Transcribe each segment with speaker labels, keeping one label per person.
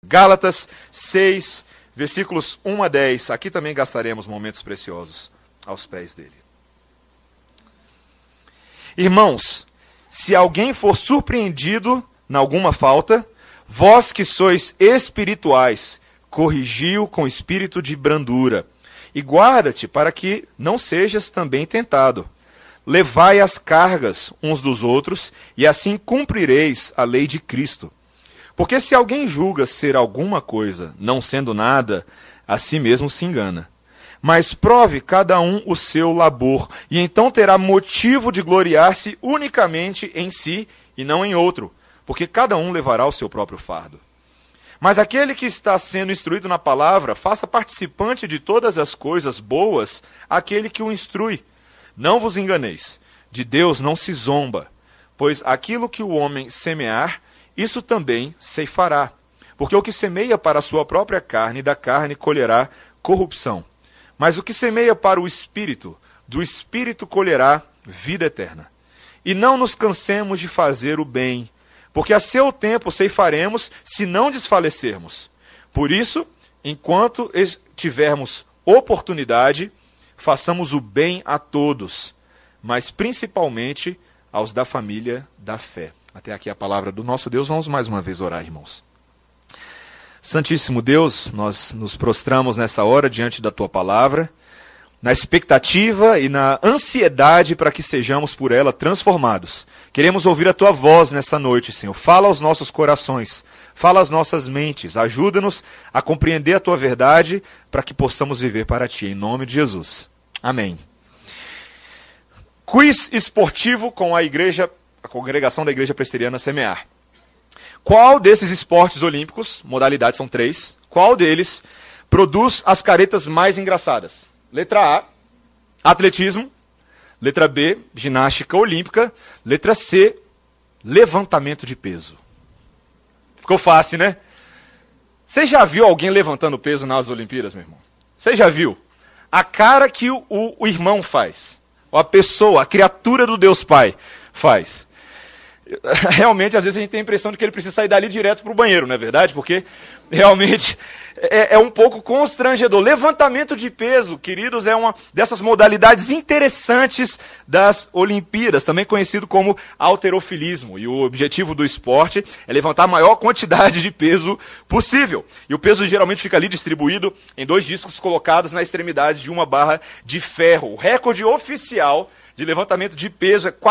Speaker 1: Gálatas 6, versículos 1 a 10. Aqui também gastaremos momentos preciosos aos pés dele. Irmãos, se alguém for surpreendido em alguma falta, vós que sois espirituais, corrigiu com espírito de brandura, e guarda-te para que não sejas também tentado. Levai as cargas uns dos outros, e assim cumprireis a lei de Cristo. Porque se alguém julga ser alguma coisa, não sendo nada, a si mesmo se engana. Mas prove cada um o seu labor, e então terá motivo de gloriar-se unicamente em si e não em outro, porque cada um levará o seu próprio fardo. Mas aquele que está sendo instruído na palavra, faça participante de todas as coisas boas aquele que o instrui. Não vos enganeis, de Deus não se zomba, pois aquilo que o homem semear, isso também ceifará. Porque o que semeia para a sua própria carne, da carne colherá corrupção. Mas o que semeia para o Espírito, do Espírito colherá vida eterna. E não nos cansemos de fazer o bem, porque a seu tempo ceifaremos, se não desfalecermos. Por isso, enquanto tivermos oportunidade, façamos o bem a todos, mas principalmente aos da família da fé. Até aqui a palavra do nosso Deus. Vamos mais uma vez orar, irmãos. Santíssimo Deus, nós nos prostramos nessa hora diante da Tua palavra, na expectativa e na ansiedade para que sejamos por ela transformados. Queremos ouvir a Tua voz nessa noite, Senhor. Fala aos nossos corações, fala às nossas mentes, ajuda-nos a compreender a Tua verdade para que possamos viver para Ti, em nome de Jesus. Amém. Quiz esportivo com a congregação da Igreja Presbiteriana Semear. Qual desses esportes olímpicos, modalidades são 3, qual deles produz as caretas mais engraçadas? Letra A, atletismo. Letra B, ginástica olímpica. Letra C, levantamento de peso. Ficou fácil, né? Você já viu alguém levantando peso nas Olimpíadas, meu irmão? Você já viu? A cara que o irmão faz, ou a pessoa, a criatura do Deus Pai faz. Realmente, às vezes a gente tem a impressão de que ele precisa sair dali direto para o banheiro, não é verdade? Porque realmente é um pouco constrangedor. Levantamento de peso, queridos, é uma dessas modalidades interessantes das Olimpíadas, também conhecido como halterofilismo. E o objetivo do esporte é levantar a maior quantidade de peso possível. E o peso geralmente fica ali distribuído em 2 discos colocados na extremidade de uma barra de ferro. O recorde oficial de levantamento de peso é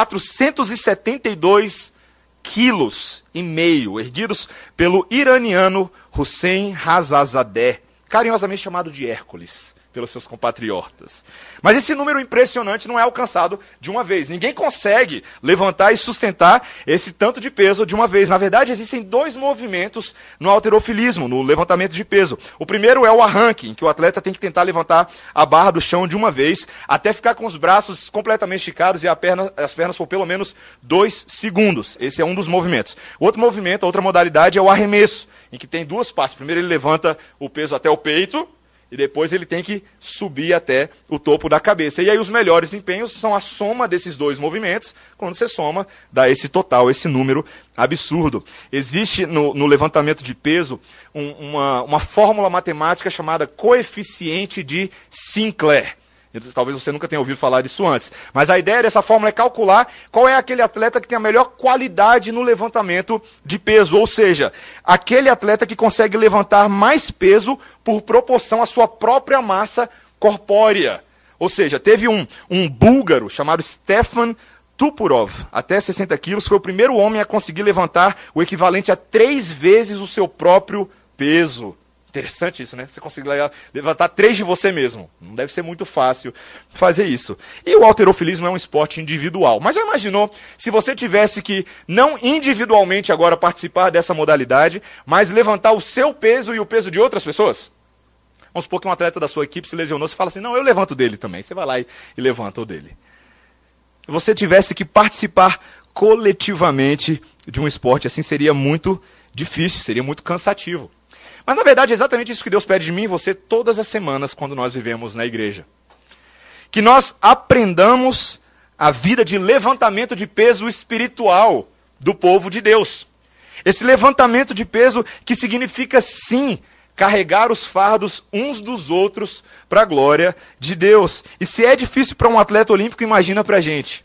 Speaker 1: 472,5 quilos, erguidos pelo iraniano Hussein Razazadeh, carinhosamente chamado de Hércules pelos seus compatriotas. Mas esse número impressionante não é alcançado de uma vez. Ninguém consegue levantar e sustentar esse tanto de peso de uma vez. Na verdade, existem 2 movimentos no halterofilismo, no levantamento de peso. O primeiro é o arranque, em que o atleta tem que tentar levantar a barra do chão de uma vez, até ficar com os braços completamente esticados e as pernas por pelo menos 2 segundos. Esse é um dos movimentos. Outro movimento, outra modalidade é o arremesso, em que tem 2 partes. Primeiro ele levanta o peso até o peito, e depois ele tem que subir até o topo da cabeça. E aí os melhores empenhos são a soma desses 2 movimentos. Quando você soma, dá esse total, esse número absurdo. Existe no levantamento de peso uma fórmula matemática chamada coeficiente de Sinclair. Talvez você nunca tenha ouvido falar disso antes. Mas a ideia dessa fórmula é calcular qual é aquele atleta que tem a melhor qualidade no levantamento de peso. Ou seja, aquele atleta que consegue levantar mais peso por proporção à sua própria massa corpórea. Ou seja, teve um búlgaro chamado Stefan Tupurov, até 60 quilos, foi o primeiro homem a conseguir levantar o equivalente a 3 vezes o seu próprio peso. Interessante isso, né? Você consegue levantar 3 de você mesmo. Não deve ser muito fácil fazer isso. E o halterofilismo é um esporte individual. Mas já imaginou se você tivesse que, não individualmente agora participar dessa modalidade, mas levantar o seu peso e o peso de outras pessoas? Vamos supor que um atleta da sua equipe se lesionou, você fala assim, não, eu levanto o dele também. Você vai lá e levanta o dele. Se você tivesse que participar coletivamente de um esporte assim, seria muito difícil, seria muito cansativo. Mas, na verdade, é exatamente isso que Deus pede de mim e você todas as semanas quando nós vivemos na igreja. Que nós aprendamos a vida de levantamento de peso espiritual do povo de Deus. Esse levantamento de peso que significa, sim, carregar os fardos uns dos outros para a glória de Deus. E se é difícil para um atleta olímpico, imagina para a gente.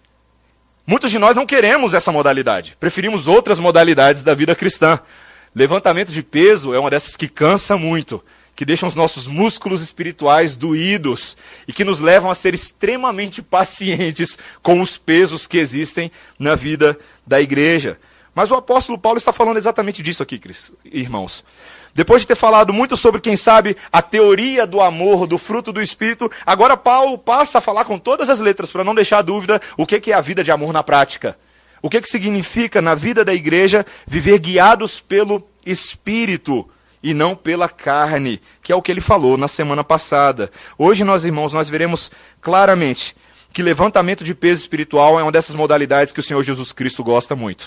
Speaker 1: Muitos de nós não queremos essa modalidade, preferimos outras modalidades da vida cristã. Levantamento de peso é uma dessas que cansa muito, que deixam os nossos músculos espirituais doídos e que nos levam a ser extremamente pacientes com os pesos que existem na vida da igreja. Mas o apóstolo Paulo está falando exatamente disso aqui, irmãos. Depois de ter falado muito sobre, quem sabe, a teoria do amor, do fruto do Espírito, agora Paulo passa a falar com todas as letras, para não deixar dúvida, o que é a vida de amor na prática. O que significa, na vida da igreja, viver guiados pelo Espírito e não pela carne, que é o que ele falou na semana passada. Hoje, irmãos, nós veremos claramente que levantamento de peso espiritual é uma dessas modalidades que o Senhor Jesus Cristo gosta muito.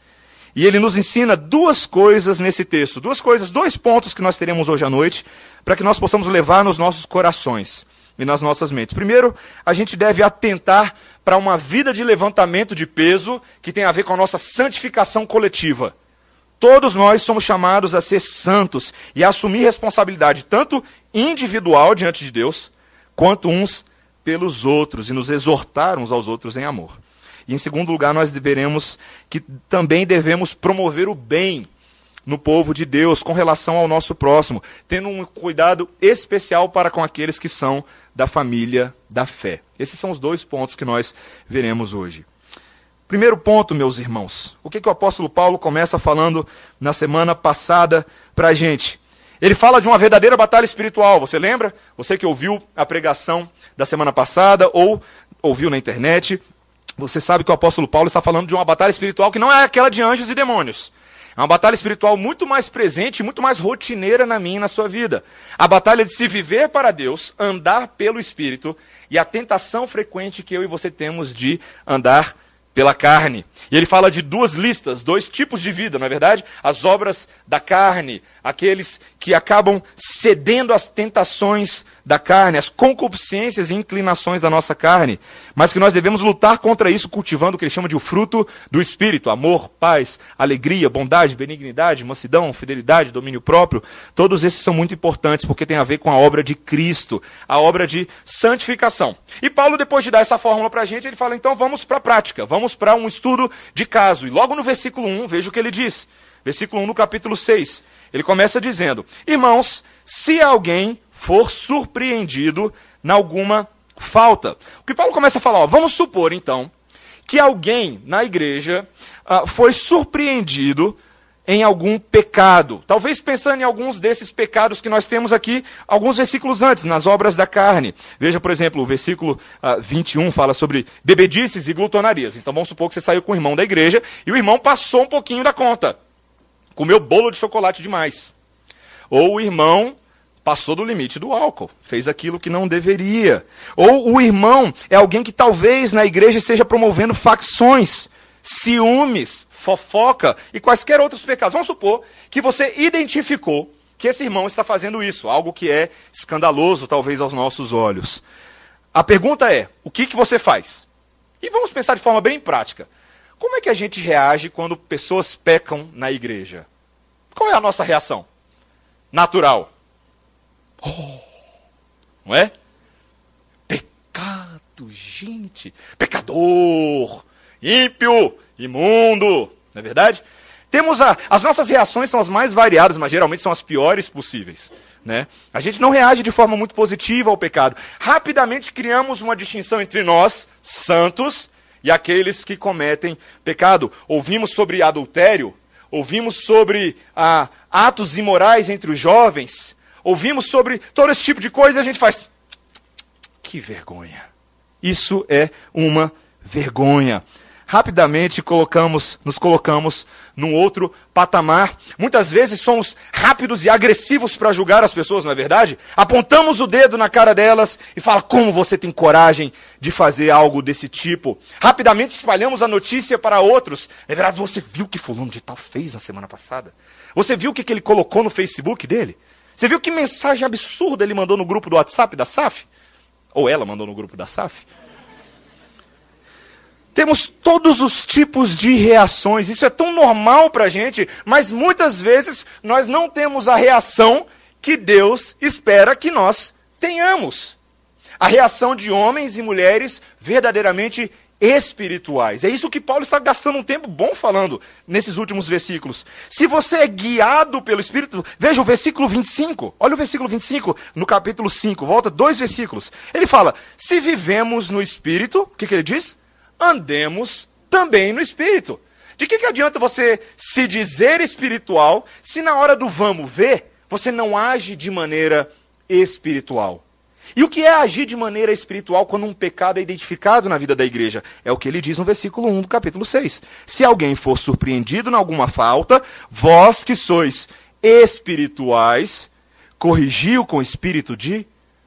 Speaker 1: E ele nos ensina duas coisas nesse texto, dois pontos que nós teremos hoje à noite, para que nós possamos levar nos nossos corações e nas nossas mentes. Primeiro, a gente deve atentar para uma vida de levantamento de peso que tem a ver com a nossa santificação coletiva. Todos nós somos chamados a ser santos e a assumir responsabilidade, tanto individual diante de Deus, quanto uns pelos outros, e nos exortar uns aos outros em amor. E em segundo lugar, nós veremos que também devemos promover o bem no povo de Deus com relação ao nosso próximo, tendo um cuidado especial para com aqueles que são da família da fé. Esses são os dois pontos que nós veremos hoje. Primeiro ponto, meus irmãos, o que o apóstolo Paulo começa falando na semana passada para a gente? Ele fala de uma verdadeira batalha espiritual, você lembra? Você que ouviu a pregação da semana passada ou ouviu na internet, você sabe que o apóstolo Paulo está falando de uma batalha espiritual que não é aquela de anjos e demônios. É uma batalha espiritual muito mais presente, muito mais rotineira na minha e na sua vida. A batalha de se viver para Deus, andar pelo Espírito, e a tentação frequente que eu e você temos de andar pela carne. E ele fala de duas listas, dois tipos de vida, não é verdade? As obras da carne, aqueles que acabam cedendo às tentações da carne, às concupiscências e inclinações da nossa carne, mas que nós devemos lutar contra isso cultivando o que ele chama de o fruto do Espírito: amor, paz, alegria, bondade, benignidade, mansidão, fidelidade, domínio próprio. Todos esses são muito importantes porque tem a ver com a obra de Cristo, a obra de santificação. E Paulo, depois de dar essa fórmula para a gente, ele fala, então vamos para a prática, vamos para um estudo de caso. E logo no versículo 1, veja o que ele diz. Versículo 1 no capítulo 6. Ele começa dizendo: irmãos, se alguém for surpreendido em alguma falta. O que Paulo começa a falar, vamos supor então, que alguém na igreja foi surpreendido em algum pecado. Talvez pensando em alguns desses pecados que nós temos aqui, alguns versículos antes, nas obras da carne. Veja, por exemplo, o versículo 21 fala sobre bebedices e glutonarias. Então vamos supor que você saiu com o irmão da igreja e o irmão passou um pouquinho da conta. Comeu bolo de chocolate demais. Ou o irmão passou do limite do álcool, fez aquilo que não deveria. Ou o irmão é alguém que talvez na igreja esteja promovendo facções, ciúmes, fofoca e quaisquer outros pecados. Vamos supor que você identificou que esse irmão está fazendo isso, algo que é escandaloso talvez aos nossos olhos. A pergunta é, o que você faz? E vamos pensar de forma bem prática. Como é que a gente reage quando pessoas pecam na igreja? Qual é a nossa reação? Natural. Não é? Pecado, gente. Pecador. Ímpio. Imundo. Não é verdade? Temos as nossas reações são as mais variadas, mas geralmente são as piores possíveis. Né? A gente não reage de forma muito positiva ao pecado. Rapidamente criamos uma distinção entre nós, santos, e aqueles que cometem pecado. Ouvimos sobre adultério, ouvimos sobre atos imorais entre os jovens, ouvimos sobre todo esse tipo de coisa e a gente faz... Que vergonha. Isso é uma vergonha. Rapidamente nos colocamos num outro patamar. Muitas vezes somos rápidos e agressivos para julgar as pessoas, não é verdade? Apontamos o dedo na cara delas e fala, como você tem coragem de fazer algo desse tipo? Rapidamente espalhamos a notícia para outros. É verdade, você viu o que fulano de tal fez na semana passada? Você viu o que ele colocou no Facebook dele? Você viu que mensagem absurda ele mandou no grupo do WhatsApp da SAF? Ou ela mandou no grupo da SAF? Temos todos os tipos de reações. Isso é tão normal para a gente, mas muitas vezes nós não temos a reação que Deus espera que nós tenhamos. A reação de homens e mulheres verdadeiramente espirituais. É isso que Paulo está gastando um tempo bom falando nesses últimos versículos. Se você é guiado pelo Espírito, veja o versículo 25. Olha o versículo 25 no capítulo 5. Volta 2 versículos. Ele fala, se vivemos no Espírito, o que ele diz? Andemos também no Espírito. De que adianta você se dizer espiritual se na hora do vamos ver, você não age de maneira espiritual? E o que é agir de maneira espiritual quando um pecado é identificado na vida da igreja? É o que ele diz no versículo 1 do capítulo 6. Se alguém for surpreendido em alguma falta, vós que sois espirituais, corrigiu com espírito de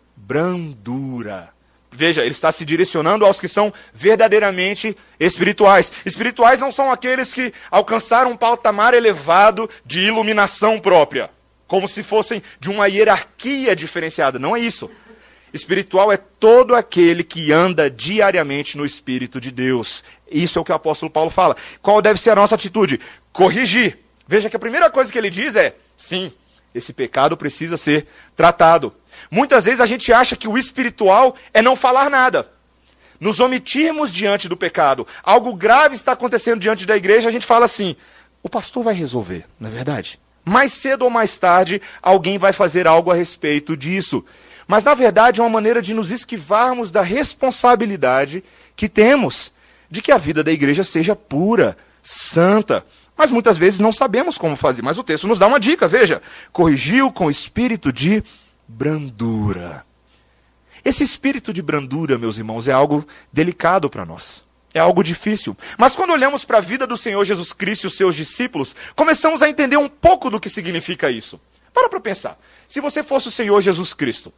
Speaker 1: brandura. Veja, ele está se direcionando aos que são verdadeiramente espirituais. Espirituais não são aqueles que alcançaram um patamar elevado de iluminação própria, como se fossem de uma hierarquia diferenciada. Não é isso. Espiritual é todo aquele que anda diariamente no Espírito de Deus. Isso é o que o apóstolo Paulo fala. Qual deve ser a nossa atitude? Corrigir. Veja que a primeira coisa que ele diz é, sim, esse pecado precisa ser tratado. Muitas vezes a gente acha que o espiritual é não falar nada. Nos omitirmos diante do pecado. Algo grave está acontecendo diante da igreja, a gente fala assim, o pastor vai resolver, não é verdade? Mais cedo ou mais tarde, alguém vai fazer algo a respeito disso. Mas, na verdade, é uma maneira de nos esquivarmos da responsabilidade que temos de que a vida da igreja seja pura, santa. Mas muitas vezes não sabemos como fazer. Mas o texto nos dá uma dica, veja. Corrigiu com espírito de brandura. Esse espírito de brandura, meus irmãos, é algo delicado para nós. É algo difícil. Mas quando olhamos para a vida do Senhor Jesus Cristo e os seus discípulos, começamos a entender um pouco do que significa isso. Para pensar. Se você fosse o Senhor Jesus Cristo,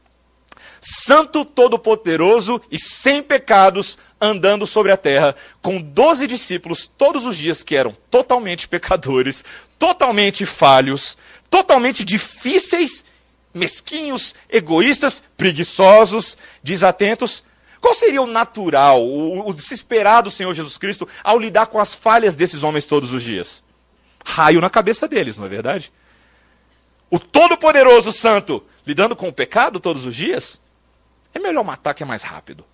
Speaker 1: santo, todo-poderoso e sem pecados, andando sobre a terra, com 12 discípulos todos os dias que eram totalmente pecadores, totalmente falhos, totalmente difíceis, mesquinhos, egoístas, preguiçosos, desatentos. Qual seria o natural, o se esperar do Senhor Jesus Cristo ao lidar com as falhas desses homens todos os dias? Raio na cabeça deles, não é verdade? O todo-poderoso santo lidando com o pecado todos os dias? É melhor matar que é mais rápido.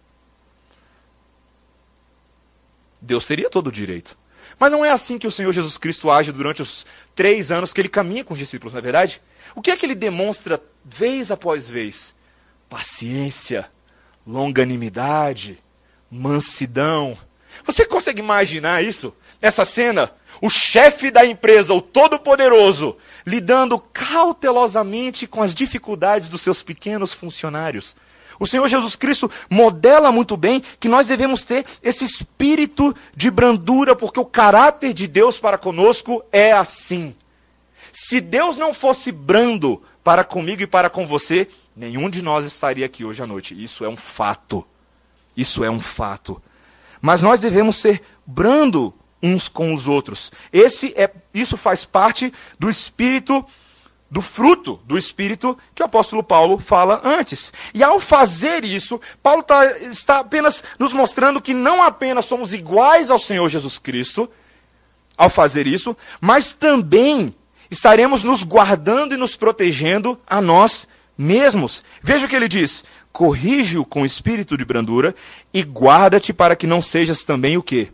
Speaker 1: Deus teria todo o direito. Mas não é assim que o Senhor Jesus Cristo age durante os 3 anos que ele caminha com os discípulos, não é verdade? O que é que ele demonstra vez após vez? Paciência, longanimidade, mansidão. Você consegue imaginar isso? Essa cena? O chefe da empresa, o todo-poderoso, lidando cautelosamente com as dificuldades dos seus pequenos funcionários. O Senhor Jesus Cristo modela muito bem que nós devemos ter esse espírito de brandura, porque o caráter de Deus para conosco é assim. Se Deus não fosse brando para comigo e para com você, nenhum de nós estaria aqui hoje à noite. Isso é um fato. Isso é um fato. Mas nós devemos ser brando uns com os outros. Isso faz parte do espírito, do fruto do espírito que o apóstolo Paulo fala antes. E ao fazer isso, Paulo está apenas nos mostrando que não apenas somos iguais ao Senhor Jesus Cristo, ao fazer isso, mas também estaremos nos guardando e nos protegendo a nós mesmos. Veja o que ele diz: corrige-o com espírito de brandura e guarda-te para que não sejas também o quê?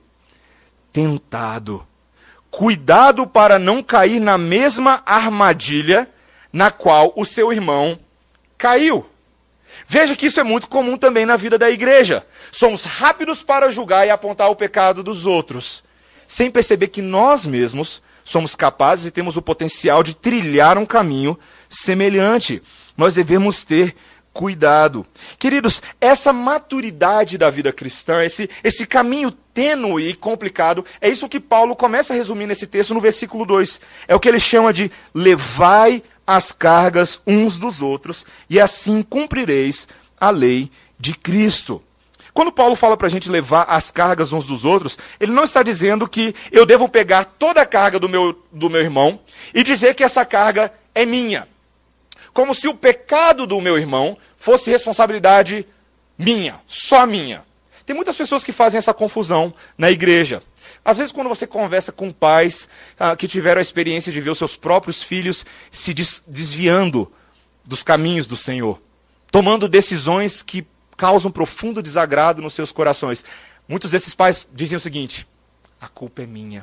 Speaker 1: Tentado. Cuidado para não cair na mesma armadilha na qual o seu irmão caiu. Veja que isso é muito comum também na vida da igreja. Somos rápidos para julgar e apontar o pecado dos outros, sem perceber que nós mesmos somos capazes e temos o potencial de trilhar um caminho semelhante. Nós devemos ter cuidado. Queridos, essa maturidade da vida cristã, esse caminho tênue e complicado, é isso que Paulo começa a resumir nesse texto no versículo 2. É o que ele chama de levai as cargas uns dos outros e assim cumprireis a lei de Cristo. Quando Paulo fala para a gente levar as cargas uns dos outros, ele não está dizendo que eu devo pegar toda a carga do meu irmão e dizer que essa carga é minha. Como se o pecado do meu irmão fosse responsabilidade minha, só minha. Tem muitas pessoas que fazem essa confusão na igreja. Às vezes, quando você conversa com pais que tiveram a experiência de ver os seus próprios filhos se desviando dos caminhos do Senhor, tomando decisões que causam profundo desagrado nos seus corações. Muitos desses pais dizem o seguinte: a culpa é minha.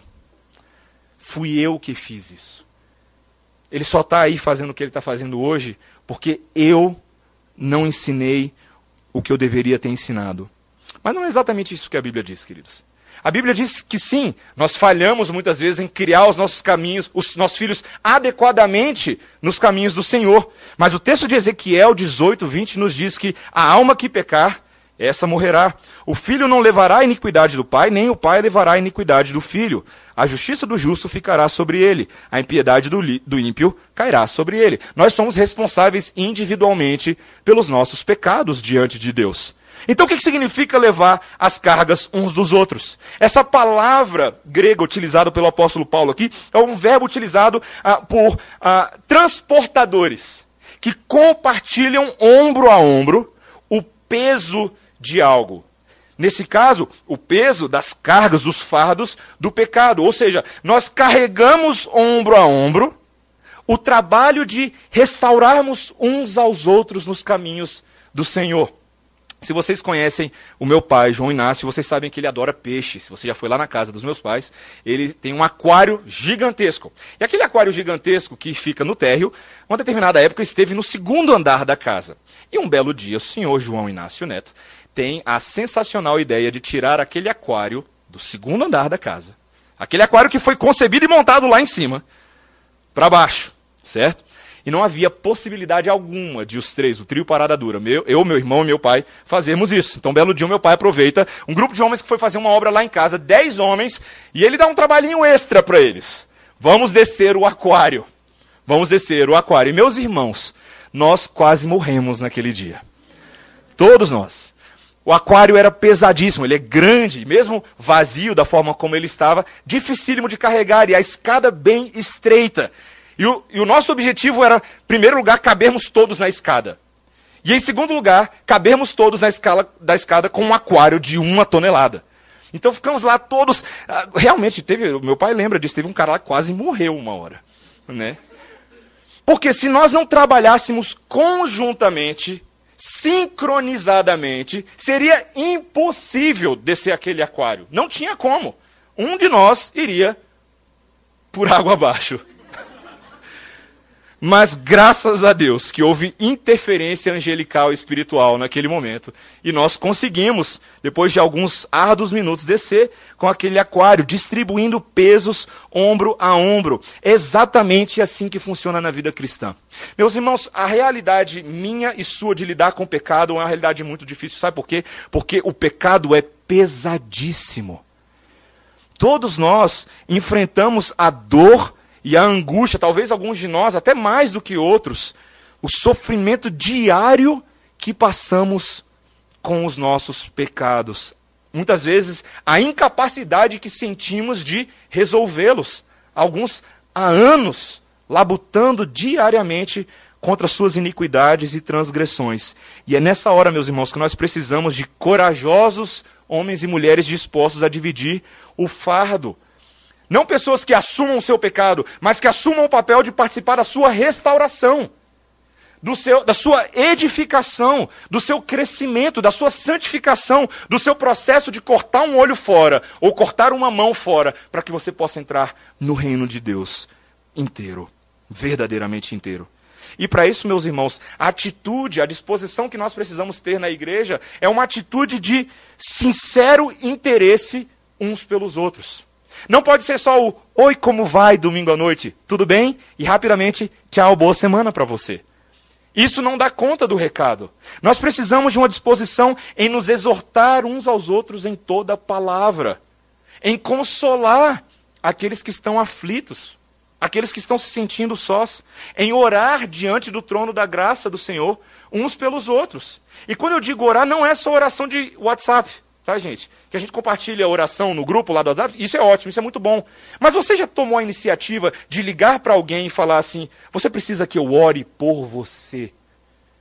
Speaker 1: Fui eu que fiz isso. Ele só está aí fazendo o que ele está fazendo hoje porque eu não ensinei o que eu deveria ter ensinado. Mas não é exatamente isso que a Bíblia diz, queridos. A Bíblia diz que sim, nós falhamos muitas vezes em criar os nossos caminhos, os nossos filhos adequadamente nos caminhos do Senhor. Mas o texto de Ezequiel 18:20 nos diz que a alma que pecar, essa morrerá. O filho não levará a iniquidade do pai, nem o pai levará a iniquidade do filho. A justiça do justo ficará sobre ele, a impiedade do ímpio cairá sobre ele. Nós somos responsáveis individualmente pelos nossos pecados diante de Deus. Então o que significa levar as cargas uns dos outros? Essa palavra grega utilizada pelo apóstolo Paulo aqui é um verbo utilizado por transportadores, que compartilham ombro a ombro o peso de algo. Nesse caso, o peso das cargas, dos fardos do pecado. Ou seja, nós carregamos ombro a ombro o trabalho de restaurarmos uns aos outros nos caminhos do Senhor. Se vocês conhecem o meu pai, João Inácio, vocês sabem que ele adora peixe. Se você já foi lá na casa dos meus pais, ele tem um aquário gigantesco. E aquele aquário gigantesco que fica no térreo, uma determinada época esteve no segundo andar da casa. E um belo dia, o senhor João Inácio Neto tem a sensacional ideia de tirar aquele aquário do segundo andar da casa. Aquele aquário que foi concebido e montado lá em cima, para baixo, certo? E não havia possibilidade alguma de os três, o trio Parada Dura, eu, meu irmão e meu pai, fazermos isso. Então, um belo dia, meu pai aproveita um grupo de homens que foi fazer uma obra lá em casa, 10 homens, e ele dá um trabalhinho extra para eles. Vamos descer o aquário. Vamos descer o aquário. E, meus irmãos, nós quase morremos naquele dia. Todos nós. O aquário era pesadíssimo, ele é grande, mesmo vazio da forma como ele estava, dificílimo de carregar, e a escada bem estreita. E o nosso objetivo era, em primeiro lugar, cabermos todos na escada. E em segundo lugar, cabermos todos na da escada com um aquário de 1 tonelada. Então ficamos lá todos. Realmente, meu pai lembra disso, teve um cara lá que quase morreu uma hora. Né? Porque se nós não trabalhássemos conjuntamente, sincronizadamente, seria impossível descer aquele aquário. Não tinha como. Um de nós iria por água abaixo. Mas graças a Deus que houve interferência angelical e espiritual naquele momento. E nós conseguimos, depois de alguns árduos minutos, descer com aquele aquário, distribuindo pesos ombro a ombro. É exatamente assim que funciona na vida cristã. Meus irmãos, a realidade minha e sua de lidar com o pecado é uma realidade muito difícil. Sabe por quê? Porque o pecado é pesadíssimo. Todos nós enfrentamos a dor e a angústia, talvez alguns de nós, até mais do que outros, o sofrimento diário que passamos com os nossos pecados. Muitas vezes, a incapacidade que sentimos de resolvê-los. Alguns há anos, labutando diariamente contra suas iniquidades e transgressões. E é nessa hora, meus irmãos, que nós precisamos de corajosos homens e mulheres dispostos a dividir o fardo. Não pessoas que assumam o seu pecado, mas que assumam o papel de participar da sua restauração, da sua edificação, do seu crescimento, da sua santificação, do seu processo de cortar um olho fora, ou cortar uma mão fora, para que você possa entrar no reino de Deus inteiro, verdadeiramente inteiro. E para isso, meus irmãos, a atitude, a disposição que nós precisamos ter na igreja é uma atitude de sincero interesse uns pelos outros. Não pode ser só o oi, como vai, domingo à noite? Tudo bem? E rapidamente, tchau, boa semana para você. Isso não dá conta do recado. Nós precisamos de uma disposição em nos exortar uns aos outros em toda a palavra, em consolar aqueles que estão aflitos, aqueles que estão se sentindo sós, em orar diante do trono da graça do Senhor, uns pelos outros. E quando eu digo orar, não é só oração de WhatsApp. Tá, gente? Que a gente compartilha a oração no grupo lá do WhatsApp, isso é ótimo, isso é muito bom. Mas você já tomou a iniciativa de ligar para alguém e falar assim, você precisa que eu ore por você?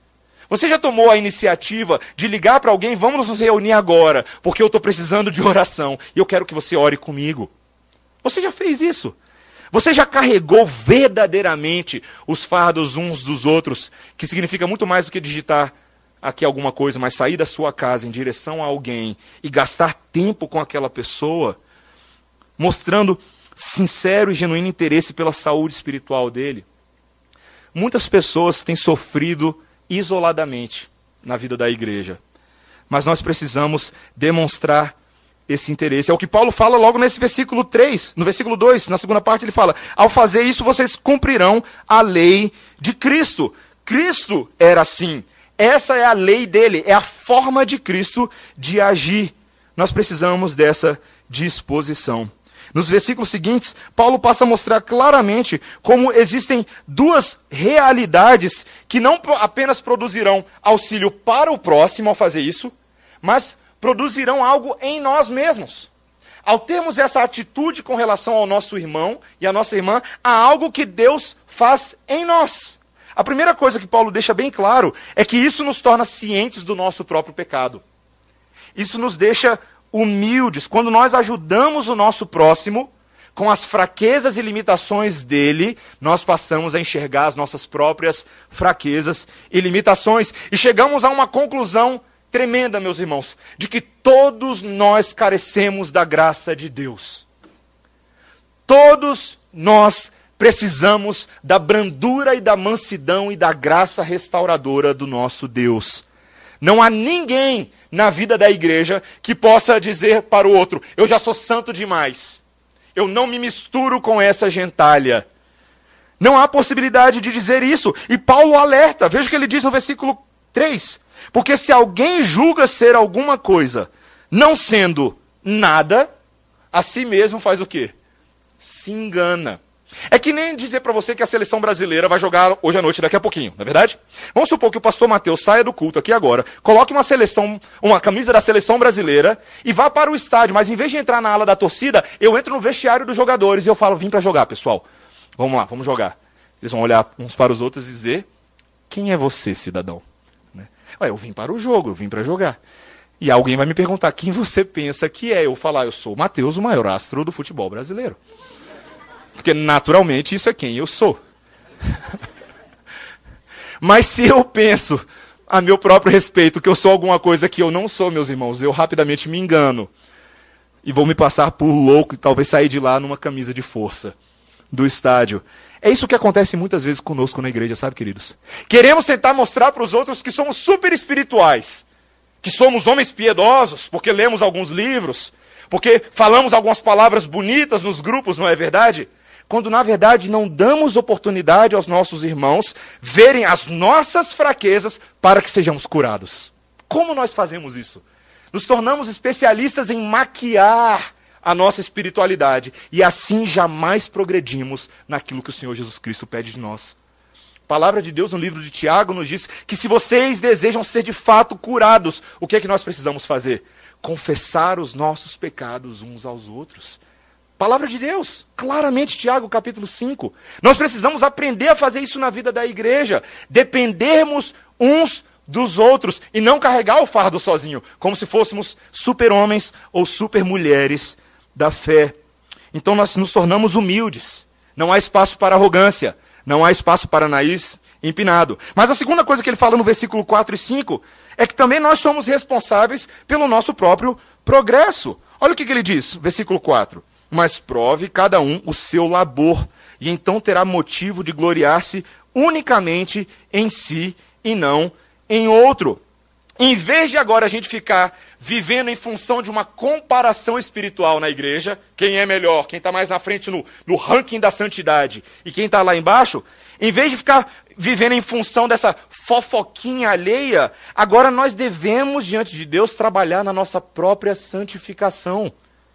Speaker 1: Você já tomou a iniciativa de ligar para alguém, vamos nos reunir agora, porque eu estou precisando de oração e eu quero que você ore comigo? Você já fez isso? Você já carregou verdadeiramente os fardos uns dos outros, que significa muito mais do que digitar aqui alguma coisa, mas sair da sua casa em direção a alguém e gastar tempo com aquela pessoa, mostrando sincero e genuíno interesse pela saúde espiritual dele? Muitas pessoas têm sofrido isoladamente na vida da igreja, mas nós precisamos demonstrar esse interesse. É o que Paulo fala logo nesse versículo 3, no versículo 2, na segunda parte ele fala: ao fazer isso vocês cumprirão a lei de Cristo. Cristo era assim, essa é a lei dele, é a forma de Cristo de agir. Nós precisamos dessa disposição. Nos versículos seguintes, Paulo passa a mostrar claramente como existem duas realidades que não apenas produzirão auxílio para o próximo ao fazer isso, mas produzirão algo em nós mesmos. Ao termos essa atitude com relação ao nosso irmão e à nossa irmã, há algo que Deus faz em nós. A primeira coisa que Paulo deixa bem claro é que isso nos torna cientes do nosso próprio pecado. Isso nos deixa humildes. Quando nós ajudamos o nosso próximo com as fraquezas e limitações dele, nós passamos a enxergar as nossas próprias fraquezas e limitações. E chegamos a uma conclusão tremenda, meus irmãos, de que todos nós carecemos da graça de Deus. Todos nós precisamos da brandura e da mansidão e da graça restauradora do nosso Deus. Não há ninguém na vida da igreja que possa dizer para o outro: eu já sou santo demais, eu não me misturo com essa gentalha. Não há possibilidade de dizer isso. E Paulo alerta, veja o que ele diz no versículo 3. Porque se alguém julga ser alguma coisa, não sendo nada, a si mesmo faz o quê? Se engana. É que nem dizer para você que a seleção brasileira vai jogar hoje à noite, daqui a pouquinho, não é verdade? Vamos supor que o pastor Mateus saia do culto aqui agora, coloque uma camisa da seleção brasileira e vá para o estádio, mas em vez de entrar na ala da torcida, eu entro no vestiário dos jogadores e eu falo: vim para jogar, pessoal. Vamos lá, vamos jogar. Eles vão olhar uns para os outros e dizer: quem é você, cidadão? Ué, eu vim para o jogo, eu vim para jogar. E alguém vai me perguntar: quem você pensa que é? Eu falar: eu sou o Mateus, o maior astro do futebol brasileiro. Porque, naturalmente, isso é quem eu sou. Mas se eu penso a meu próprio respeito que eu sou alguma coisa que eu não sou, meus irmãos, eu rapidamente me engano. E vou me passar por louco e talvez sair de lá numa camisa de força do estádio. É isso que acontece muitas vezes conosco na igreja, sabe, queridos? Queremos tentar mostrar para os outros que somos super espirituais, que somos homens piedosos, porque lemos alguns livros, porque falamos algumas palavras bonitas nos grupos, não é verdade? Quando, na verdade, não damos oportunidade aos nossos irmãos verem as nossas fraquezas para que sejamos curados. Como nós fazemos isso? Nos tornamos especialistas em maquiar a nossa espiritualidade e assim jamais progredimos naquilo que o Senhor Jesus Cristo pede de nós. A palavra de Deus no livro de Tiago nos diz que se vocês desejam ser de fato curados, o que é que nós precisamos fazer? Confessar os nossos pecados uns aos outros. Palavra de Deus, claramente, Tiago, capítulo 5. Nós precisamos aprender a fazer isso na vida da igreja. Dependermos uns dos outros e não carregar o fardo sozinho, como se fôssemos super-homens ou super-mulheres da fé. Então nós nos tornamos humildes. Não há espaço para arrogância. Não há espaço para nariz empinado. Mas a segunda coisa que ele fala no versículo 4 e 5 é que também nós somos responsáveis pelo nosso próprio progresso. Olha o que ele diz, versículo 4. Mas prove cada um o seu labor, e então terá motivo de gloriar-se unicamente em si e não em outro. Em vez de agora a gente ficar vivendo em função de uma comparação espiritual na igreja, quem é melhor, quem está mais na frente no ranking da santidade e quem está lá embaixo, em vez de ficar vivendo em função dessa fofoquinha alheia, agora nós devemos, diante de Deus, trabalhar na nossa própria santificação,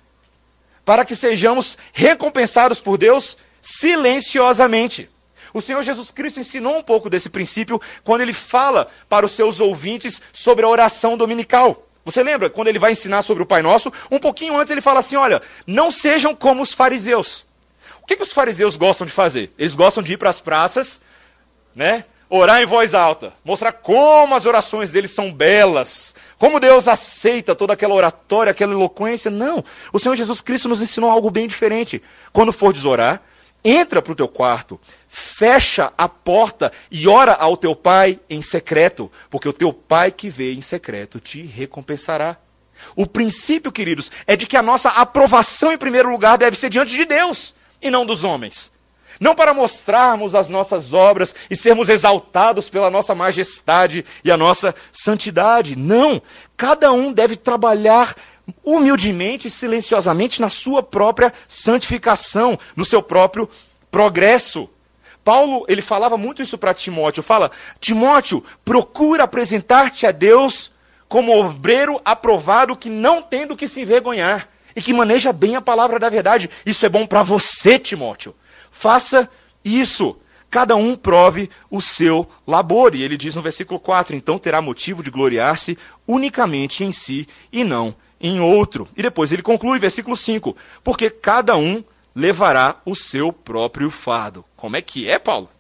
Speaker 1: para que sejamos recompensados por Deus silenciosamente. O Senhor Jesus Cristo ensinou um pouco desse princípio quando ele fala para os seus ouvintes sobre a oração dominical. Você lembra, quando ele vai ensinar sobre o Pai Nosso, um pouquinho antes ele fala assim, olha, não sejam como os fariseus. O que os fariseus gostam de fazer? Eles gostam de ir para as praças, né, orar em voz alta, mostrar como as orações deles são belas, como Deus aceita toda aquela oratória, aquela eloquência. Não, o Senhor Jesus Cristo nos ensinou algo bem diferente. Quando fordes orar, entra para o teu quarto, fecha a porta e ora ao teu pai em secreto, porque o teu pai que vê em secreto te recompensará. O princípio, queridos, é de que a nossa aprovação em primeiro lugar deve ser diante de Deus e não dos homens. Não para mostrarmos as nossas obras e sermos exaltados pela nossa majestade e a nossa santidade. Não, cada um deve trabalhar humildemente e silenciosamente na sua própria santificação, no seu próprio progresso. Paulo, ele falava muito isso para Timóteo. Fala, Timóteo, procura apresentar-te a Deus como obreiro aprovado que não tem do que se envergonhar e que maneja bem a palavra da verdade. Isso é bom para você, Timóteo. Faça isso. Cada um prove o seu labor. E ele diz no versículo 4, então terá motivo de gloriar-se unicamente em si e não em outro. E depois ele conclui, versículo 5, porque cada um levará o seu próprio fardo. Como é que é, Paulo?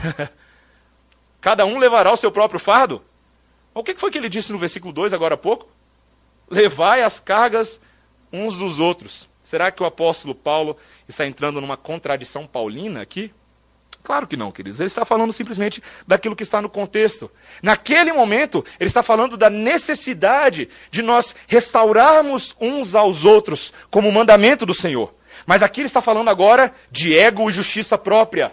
Speaker 1: Cada um levará o seu próprio fardo? O que foi que ele disse no versículo 2, agora há pouco? Levai as cargas uns dos outros. Será que o apóstolo Paulo está entrando numa contradição paulina aqui? Claro que não, queridos. Ele está falando simplesmente daquilo que está no contexto. Naquele momento, ele está falando da necessidade de nós restaurarmos uns aos outros como mandamento do Senhor. Mas aqui ele está falando agora de ego e justiça própria.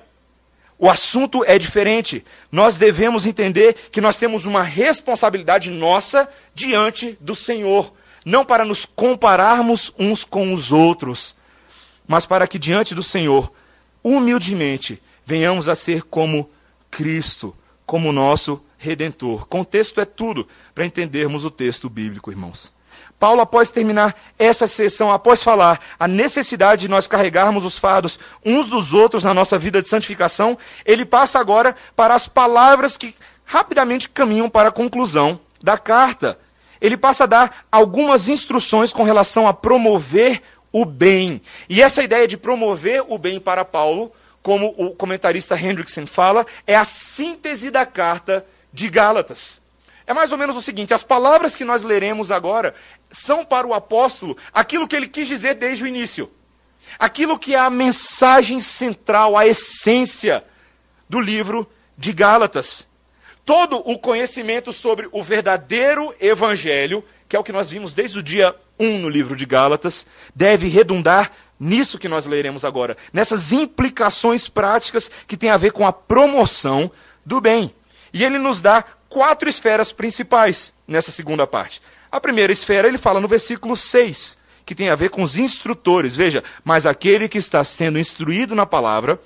Speaker 1: O assunto é diferente. Nós devemos entender que nós temos uma responsabilidade nossa diante do Senhor. Não para nos compararmos uns com os outros, mas para que diante do Senhor, humildemente, venhamos a ser como Cristo, como nosso Redentor. Contexto é tudo para entendermos o texto bíblico, irmãos. Paulo, após terminar essa sessão, após falar a necessidade de nós carregarmos os fardos uns dos outros na nossa vida de santificação, ele passa agora para as palavras que rapidamente caminham para a conclusão da carta. Ele passa a dar algumas instruções com relação a promover o bem. E essa ideia de promover o bem para Paulo, como o comentarista Hendrickson fala, é a síntese da carta de Gálatas. É mais ou menos o seguinte, as palavras que nós leremos agora são para o apóstolo aquilo que ele quis dizer desde o início. Aquilo que é a mensagem central, a essência do livro de Gálatas. Todo o conhecimento sobre o verdadeiro evangelho, que é o que nós vimos desde o dia 1 no livro de Gálatas, deve redundar nisso que nós leremos agora, nessas implicações práticas que têm a ver com a promoção do bem. E ele nos dá 4 esferas principais nessa segunda parte. A primeira esfera ele fala no versículo 6, que tem a ver com os instrutores. Veja, mas aquele que está sendo instruído na palavra,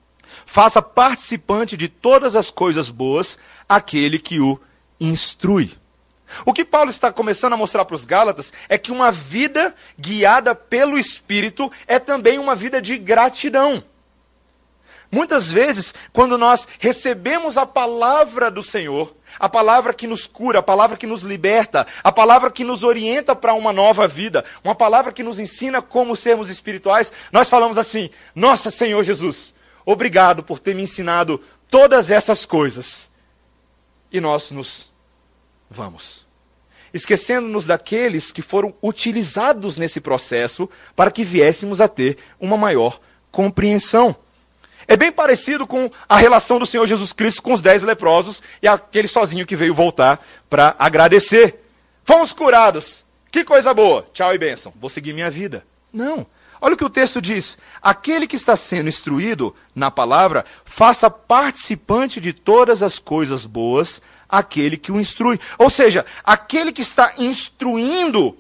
Speaker 1: faça participante de todas as coisas boas aquele que o instrui. O que Paulo está começando a mostrar para os Gálatas é que uma vida guiada pelo Espírito é também uma vida de gratidão. Muitas vezes, quando nós recebemos a palavra do Senhor, a palavra que nos cura, a palavra que nos liberta, a palavra que nos orienta para uma nova vida, uma palavra que nos ensina como sermos espirituais, nós falamos assim, nossa, Senhor Jesus, obrigado por ter me ensinado todas essas coisas. E nós nos vamos, esquecendo-nos daqueles que foram utilizados nesse processo para que viéssemos a ter uma maior compreensão. É bem parecido com a relação do Senhor Jesus Cristo com os 10 leprosos e aquele sozinho que veio voltar para agradecer. Fomos curados, que coisa boa, tchau e bênção, vou seguir minha vida. Não, olha o que o texto diz, aquele que está sendo instruído na palavra, faça participante de todas as coisas boas aquele que o instrui. Ou seja, aquele que está instruindo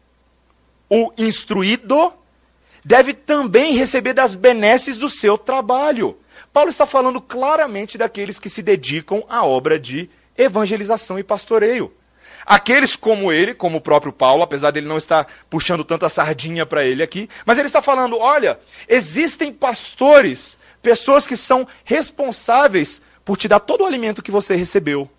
Speaker 1: o instruído, deve também receber das benesses do seu trabalho. Paulo está falando claramente daqueles que se dedicam à obra de evangelização e pastoreio. Aqueles como ele, como o próprio Paulo, apesar dele não estar puxando tanta sardinha para ele aqui, mas ele está falando, olha, existem pastores, pessoas que são responsáveis por te dar todo o alimento que você recebeu.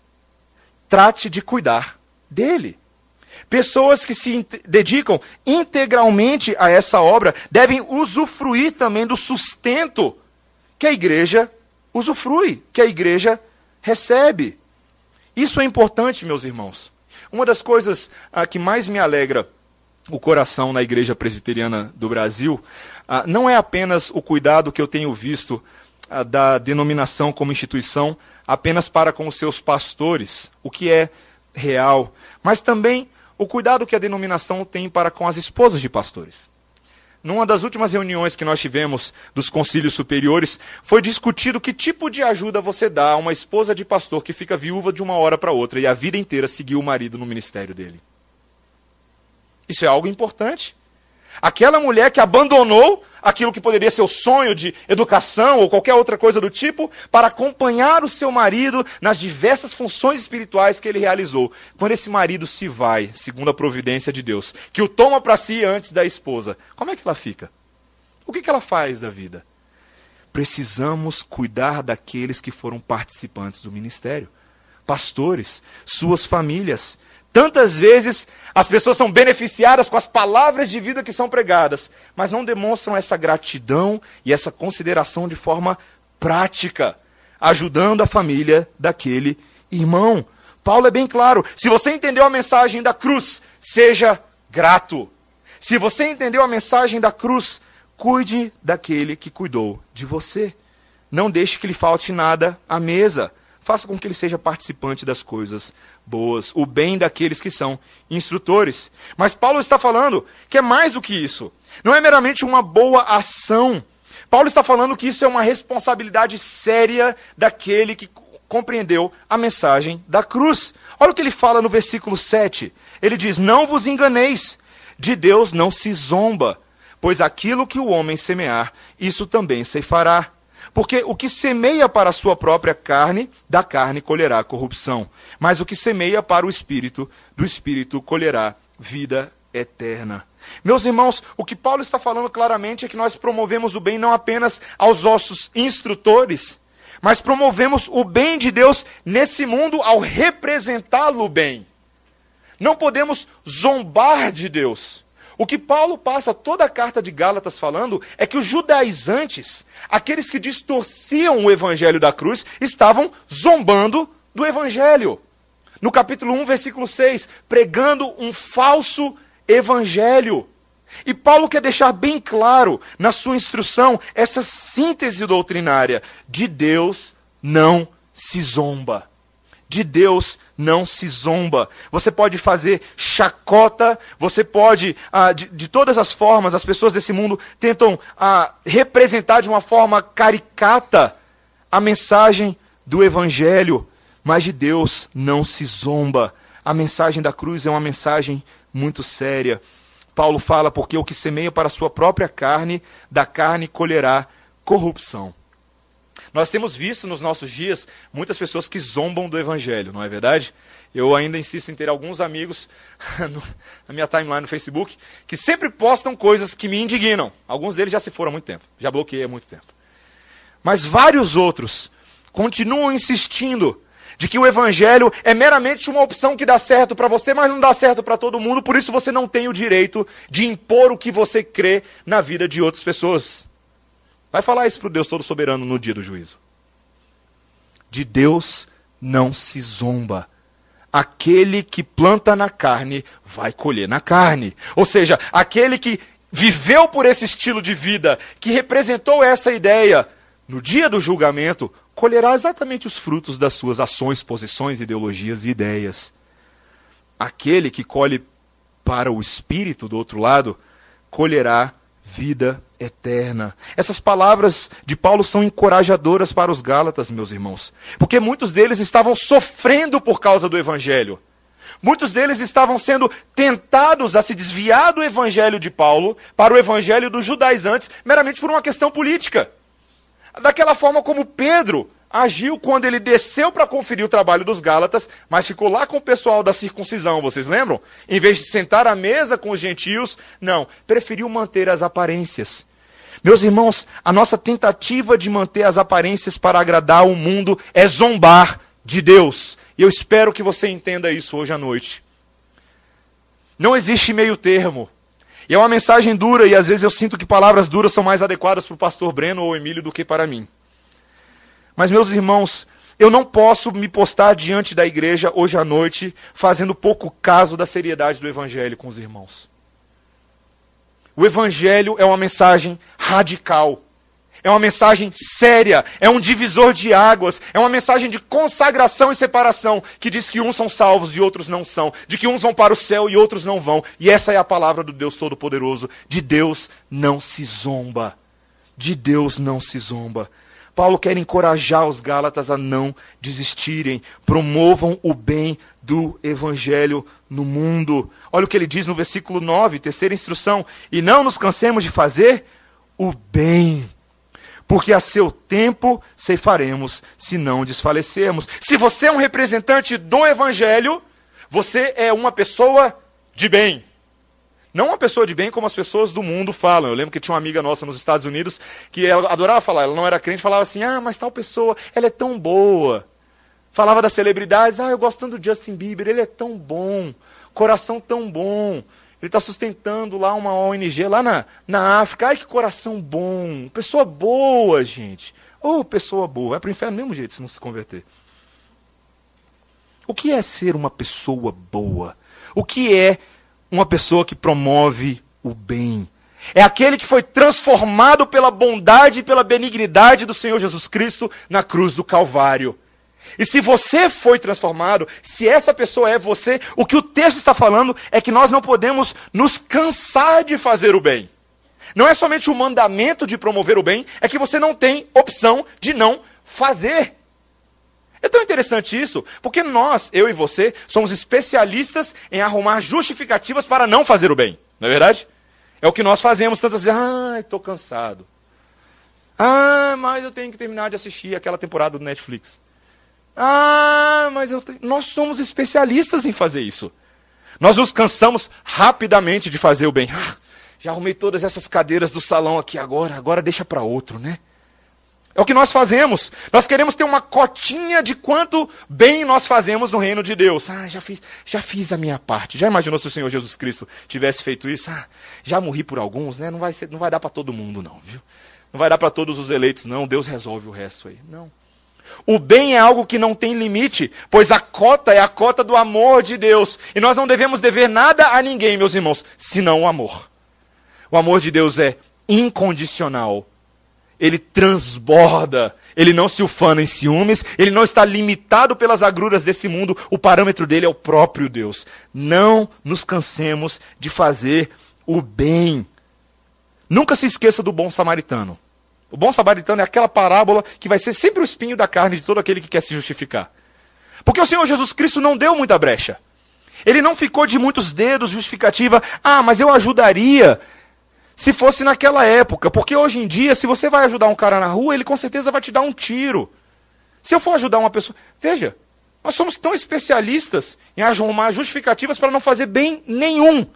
Speaker 1: Trate de cuidar dele. Pessoas que se dedicam integralmente a essa obra devem usufruir também do sustento que a igreja usufrui, que a igreja recebe. Isso é importante, meus irmãos. Uma das coisas que mais me alegra o coração na Igreja Presbiteriana do Brasil não é apenas o cuidado que eu tenho visto da denominação como instituição apenas para com os seus pastores, o que é real, mas também o cuidado que a denominação tem para com as esposas de pastores. Numa das últimas reuniões que nós tivemos dos concílios superiores, foi discutido que tipo de ajuda você dá a uma esposa de pastor que fica viúva de uma hora para outra e a vida inteira seguiu o marido no ministério dele. Isso é algo importante. Aquela mulher que abandonou aquilo que poderia ser o sonho de educação ou qualquer outra coisa do tipo, para acompanhar o seu marido nas diversas funções espirituais que ele realizou. Quando esse marido se vai, segundo a providência de Deus, que o toma para si antes da esposa, como é que ela fica? O que ela faz da vida? Precisamos cuidar daqueles que foram participantes do ministério. Pastores, suas famílias. Tantas vezes as pessoas são beneficiadas com as palavras de vida que são pregadas, mas não demonstram essa gratidão e essa consideração de forma prática, ajudando a família daquele irmão. Paulo é bem claro, se você entendeu a mensagem da cruz, seja grato. Se você entendeu a mensagem da cruz, cuide daquele que cuidou de você. Não deixe que lhe falte nada à mesa. Faça com que ele seja participante das coisas boas, o bem daqueles que são instrutores. Mas Paulo está falando que é mais do que isso. Não é meramente uma boa ação. Paulo está falando que isso é uma responsabilidade séria daquele que compreendeu a mensagem da cruz. Olha o que ele fala no versículo 7. Ele diz, não vos enganeis, de Deus não se zomba, pois aquilo que o homem semear, isso também ceifará. Porque o que semeia para a sua própria carne, da carne colherá corrupção. Mas o que semeia para o Espírito, do Espírito colherá vida eterna. Meus irmãos, o que Paulo está falando claramente é que nós promovemos o bem não apenas aos nossos instrutores, mas promovemos o bem de Deus nesse mundo ao representá-lo bem. Não podemos zombar de Deus. O que Paulo passa toda a carta de Gálatas falando é que os judaizantes, aqueles que distorciam o evangelho da cruz, estavam zombando do evangelho. No capítulo 1, versículo 6, pregando um falso evangelho. E Paulo quer deixar bem claro na sua instrução essa síntese doutrinária. De Deus não se zomba. De Deus não se zomba. Você pode fazer chacota, você pode, de todas as formas, as pessoas desse mundo tentam representar de uma forma caricata a mensagem do Evangelho, mas de Deus não se zomba. A mensagem da cruz é uma mensagem muito séria. Paulo fala, porque o que semeia para a sua própria carne, da carne colherá corrupção. Nós temos visto nos nossos dias muitas pessoas que zombam do evangelho, não é verdade? Eu ainda insisto em ter alguns amigos na minha timeline no Facebook que sempre postam coisas que me indignam. Alguns deles já se foram há muito tempo, já bloqueei há muito tempo. Mas vários outros continuam insistindo de que o evangelho é meramente uma opção que dá certo para você, mas não dá certo para todo mundo, por isso você não tem o direito de impor o que você crê na vida de outras pessoas. Vai falar isso para o Deus Todo-Soberano no dia do juízo. De Deus não se zomba. Aquele que planta na carne, vai colher na carne. Ou seja, aquele que viveu por esse estilo de vida, que representou essa ideia, no dia do julgamento, colherá exatamente os frutos das suas ações, posições, ideologias e ideias. Aquele que colhe para o Espírito do outro lado, colherá vida eterna. Essas palavras de Paulo são encorajadoras para os Gálatas, meus irmãos, porque muitos deles estavam sofrendo por causa do evangelho. Muitos deles estavam sendo tentados a se desviar do evangelho de Paulo para o evangelho dos judaizantes, meramente por uma questão política. Daquela forma como Pedro agiu quando ele desceu para conferir o trabalho dos Gálatas, mas ficou lá com o pessoal da circuncisão, vocês lembram? Em vez de sentar à mesa com os gentios, não, preferiu manter as aparências. Meus irmãos, a nossa tentativa de manter as aparências para agradar o mundo é zombar de Deus. E eu espero que você entenda isso hoje à noite. Não existe meio termo. E é uma mensagem dura, e às vezes eu sinto que palavras duras são mais adequadas para o pastor Breno ou Emílio do que para mim. Mas, meus irmãos, Eu não posso me postar diante da igreja hoje à noite fazendo pouco caso da seriedade do evangelho com os irmãos. O evangelho é uma mensagem radical. É uma mensagem séria, é um divisor de águas, é uma mensagem de consagração e separação, que diz que uns são salvos e outros não são, de que uns vão para o céu e outros não vão. E essa é a palavra do Deus Todo-Poderoso. De Deus não se zomba. De Deus não se zomba. Paulo quer encorajar os Gálatas a não desistirem. Promovam o bem do evangelho no mundo. Olha o que ele diz no versículo 9, terceira instrução. E não nos cansemos de fazer o bem, porque a seu tempo ceifaremos, se não desfalecermos. Se você é um representante do evangelho, você é uma pessoa de bem. Não uma pessoa de bem como as pessoas do mundo falam. Eu lembro que tinha uma amiga nossa nos Estados Unidos que ela adorava falar, ela não era crente, falava assim, mas tal pessoa, ela é tão boa. Falava das celebridades, eu gosto tanto do Justin Bieber, ele é tão bom, coração tão bom. Ele está sustentando lá uma ONG lá na África. Ai, que coração bom. Pessoa boa, gente. Pessoa boa. Vai para o inferno do mesmo jeito se não se converter. O que é ser uma pessoa boa? O que é uma pessoa que promove o bem? É aquele que foi transformado pela bondade e pela benignidade do Senhor Jesus Cristo na cruz do Calvário. E se você foi transformado, se essa pessoa é você, o que o texto está falando é que nós não podemos nos cansar de fazer o bem. Não é somente o mandamento de promover o bem, é que você não tem opção de não fazer. É tão interessante isso, porque nós, eu e você, somos especialistas em arrumar justificativas para não fazer o bem. Não é verdade? É o que nós fazemos tantas vezes. Estou cansado. Mas eu tenho que terminar de assistir aquela temporada do Netflix. Nós somos especialistas em fazer isso. Nós nos cansamos rapidamente de fazer o bem. Já arrumei todas essas cadeiras do salão aqui agora deixa para outro, né? É o que nós fazemos. Nós queremos ter uma cotinha de quanto bem nós fazemos no reino de Deus. Já fiz a minha parte. Já imaginou se o Senhor Jesus Cristo tivesse feito isso? Já morri por alguns, né? Não vai dar para todo mundo não, viu? Não vai dar para todos os eleitos não. Deus resolve o resto aí. Não. O bem é algo que não tem limite, pois a cota é a cota do amor de Deus. E nós não devemos dever nada a ninguém, meus irmãos, senão o amor. O amor de Deus é incondicional. Ele transborda, ele não se ufana em ciúmes, ele não está limitado pelas agruras desse mundo, o parâmetro dele é o próprio Deus. Não nos cansemos de fazer o bem. Nunca se esqueça do bom samaritano. O bom samaritano é aquela parábola que vai ser sempre o espinho da carne de todo aquele que quer se justificar. Porque o Senhor Jesus Cristo não deu muita brecha. Ele não ficou de muitos dedos justificativa, mas eu ajudaria se fosse naquela época. Porque hoje em dia, se você vai ajudar um cara na rua, ele com certeza vai te dar um tiro. Se eu for ajudar uma pessoa... Veja, nós somos tão especialistas em arrumar justificativas para não fazer bem nenhum.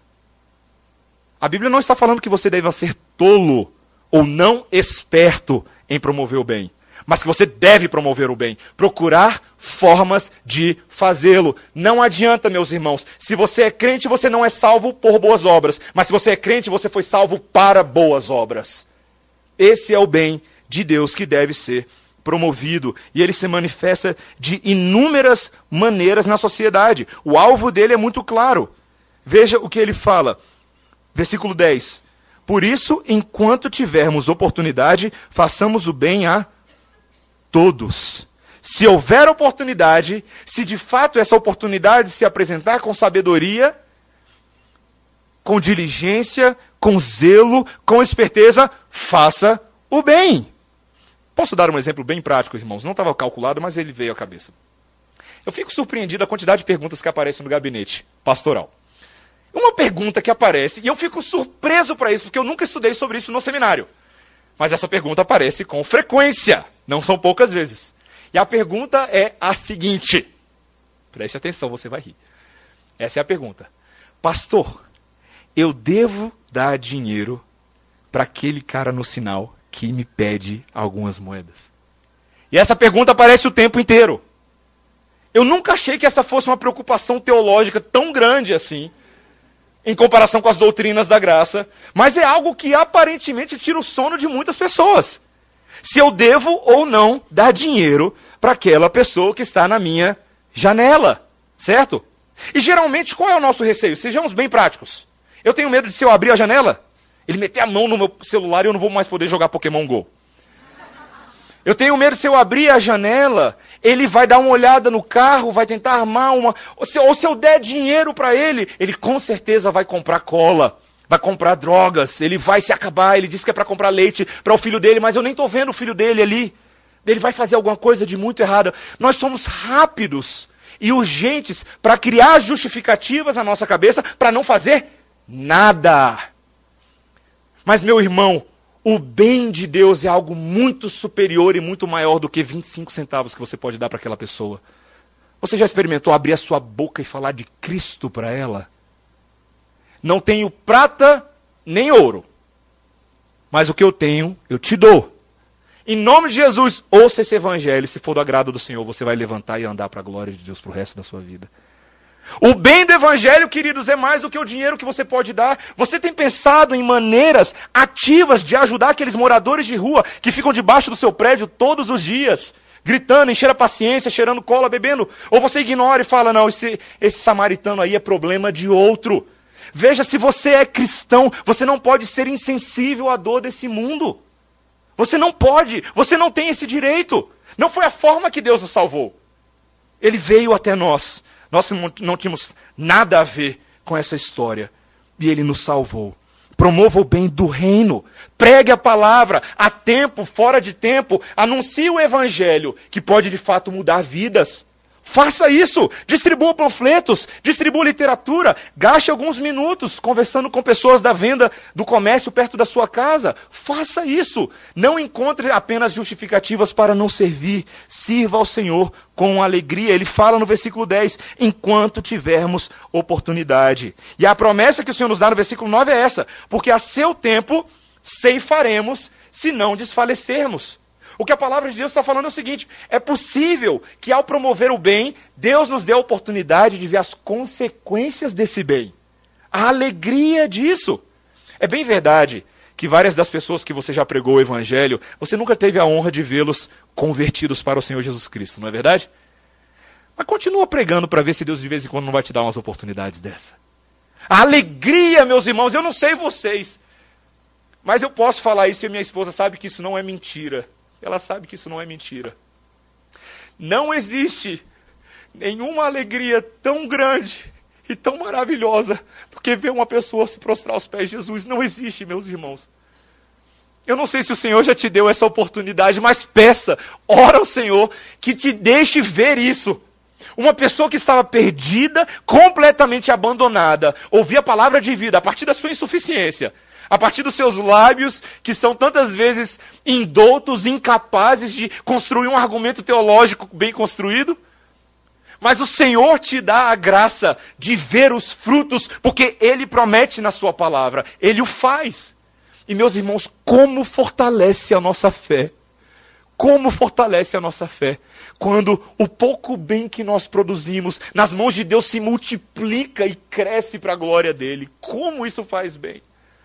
Speaker 1: A Bíblia não está falando que você deva ser tolo ou não esperto em promover o bem, mas que você deve promover o bem, procurar formas de fazê-lo. Não adianta, meus irmãos, se você é crente, você não é salvo por boas obras, mas se você é crente, você foi salvo para boas obras. Esse é o bem de Deus que deve ser promovido, e ele se manifesta de inúmeras maneiras na sociedade. O alvo dele é muito claro. Veja o que ele fala, versículo 10. Por isso, enquanto tivermos oportunidade, façamos o bem a todos. Se houver oportunidade, se de fato essa oportunidade se apresentar com sabedoria, com diligência, com zelo, com esperteza, faça o bem. Posso dar um exemplo bem prático, irmãos? Não estava calculado, mas ele veio à cabeça. Eu fico surpreendido a quantidade de perguntas que aparecem no gabinete pastoral. Uma pergunta que aparece, e eu fico surpreso para isso, porque eu nunca estudei sobre isso no seminário. Mas essa pergunta aparece com frequência, não são poucas vezes. E a pergunta é a seguinte, preste atenção, você vai rir. Essa é a pergunta. Pastor, eu devo dar dinheiro para aquele cara no sinal que me pede algumas moedas? E essa pergunta aparece o tempo inteiro. Eu nunca achei que essa fosse uma preocupação teológica tão grande assim, em comparação com as doutrinas da graça, mas é algo que aparentemente tira o sono de muitas pessoas. Se eu devo ou não dar dinheiro para aquela pessoa que está na minha janela, certo? E geralmente qual é o nosso receio? Sejamos bem práticos. Eu tenho medo de, se eu abrir a janela, ele meter a mão no meu celular e eu não vou mais poder jogar Pokémon Go. Eu tenho medo, se eu abrir a janela, ele vai dar uma olhada no carro, vai tentar armar uma... Ou se eu der dinheiro para ele com certeza vai comprar cola, vai comprar drogas, ele vai se acabar, ele disse que é para comprar leite para o filho dele, mas eu nem estou vendo o filho dele ali. Ele vai fazer alguma coisa de muito errada. Nós somos rápidos e urgentes para criar justificativas na nossa cabeça para não fazer nada. Mas, meu irmão, o bem de Deus é algo muito superior e muito maior do que 25 centavos que você pode dar para aquela pessoa. Você já experimentou abrir a sua boca e falar de Cristo para ela? Não tenho prata nem ouro, mas o que eu tenho, eu te dou. Em nome de Jesus, ouça esse evangelho. Se for do agrado do Senhor, você vai levantar e andar para a glória de Deus para o resto da sua vida. O bem do evangelho, queridos, é mais do que o dinheiro que você pode dar. Você tem pensado em maneiras ativas de ajudar aqueles moradores de rua que ficam debaixo do seu prédio todos os dias, gritando, enchendo a paciência, cheirando cola, bebendo? Ou você ignora e fala, não, esse samaritano aí é problema de outro. Veja, se você é cristão, você não pode ser insensível à dor desse mundo. Você não pode, você não tem esse direito. Não foi a forma que Deus nos salvou. Ele veio até nós. Nós não tínhamos nada a ver com essa história. E ele nos salvou. Promova o bem do reino. Pregue a palavra a tempo, fora de tempo. Anuncie o evangelho, que pode de fato mudar vidas. Faça isso. Distribua panfletos, distribua literatura. Gaste alguns minutos conversando com pessoas da venda, do comércio perto da sua casa. Faça isso. Não encontre apenas justificativas para não servir. Sirva ao Senhor com alegria. Ele fala no versículo 10, enquanto tivermos oportunidade. E a promessa que o Senhor nos dá no versículo 9 é essa, porque a seu tempo ceifaremos se não desfalecermos. O que a palavra de Deus está falando é o seguinte, é possível que ao promover o bem, Deus nos dê a oportunidade de ver as consequências desse bem. A alegria disso. É bem verdade que várias das pessoas que você já pregou o evangelho, você nunca teve a honra de vê-los convertidos para o Senhor Jesus Cristo, não é verdade? Mas continua pregando para ver se Deus de vez em quando não vai te dar umas oportunidades dessa. A alegria, meus irmãos, eu não sei vocês, mas eu posso falar isso e minha esposa sabe que isso não é mentira. Ela sabe que isso não é mentira. Não existe nenhuma alegria tão grande e tão maravilhosa do que ver uma pessoa se prostrar aos pés de Jesus. Não existe, meus irmãos. Eu não sei se o Senhor já te deu essa oportunidade, mas peça, ora ao Senhor que te deixe ver isso. Uma pessoa que estava perdida, completamente abandonada, ouvir a palavra de vida a partir da sua insuficiência, a partir dos seus lábios, que são tantas vezes indoutos, incapazes de construir um argumento teológico bem construído. Mas o Senhor te dá a graça de ver os frutos, porque Ele promete na sua palavra, Ele o faz. E meus irmãos, como fortalece a nossa fé? Como fortalece a nossa fé? Quando o pouco bem que nós produzimos nas mãos de Deus se multiplica e cresce para a glória dEle. Como isso faz bem?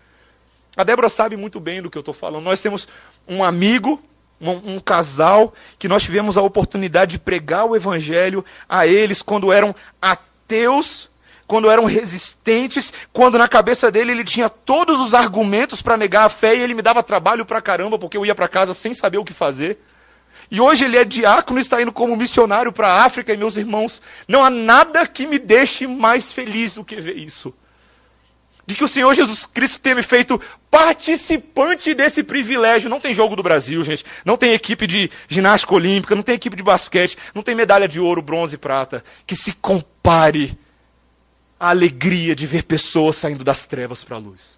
Speaker 1: A Débora sabe muito bem do que eu estou falando. Nós temos um amigo, um casal, que nós tivemos a oportunidade de pregar o evangelho a eles quando eram ateus, quando eram resistentes, quando na cabeça dele ele tinha todos os argumentos para negar a fé e ele me dava trabalho pra caramba, porque eu ia para casa sem saber o que fazer. E hoje ele é diácono e está indo como missionário para a África, e meus irmãos, não há nada que me deixe mais feliz do que ver isso. De que o Senhor Jesus Cristo tenha me feito participante desse privilégio. Não tem jogo do Brasil, gente. Não tem equipe de ginástica olímpica, não tem equipe de basquete, não tem medalha de ouro, bronze e prata, que se compare à alegria de ver pessoas saindo das trevas para a luz.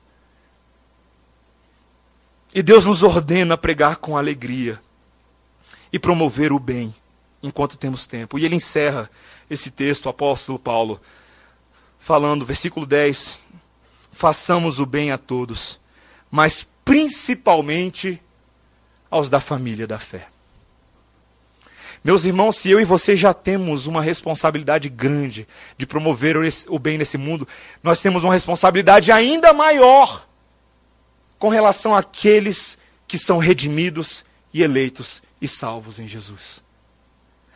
Speaker 1: E Deus nos ordena pregar com alegria e promover o bem enquanto temos tempo. E ele encerra esse texto, o apóstolo Paulo, falando, versículo 10... façamos o bem a todos, mas principalmente aos da família da fé. Meus irmãos, se eu e você já temos uma responsabilidade grande de promover o bem nesse mundo, nós temos uma responsabilidade ainda maior com relação àqueles que são redimidos e eleitos e salvos em Jesus.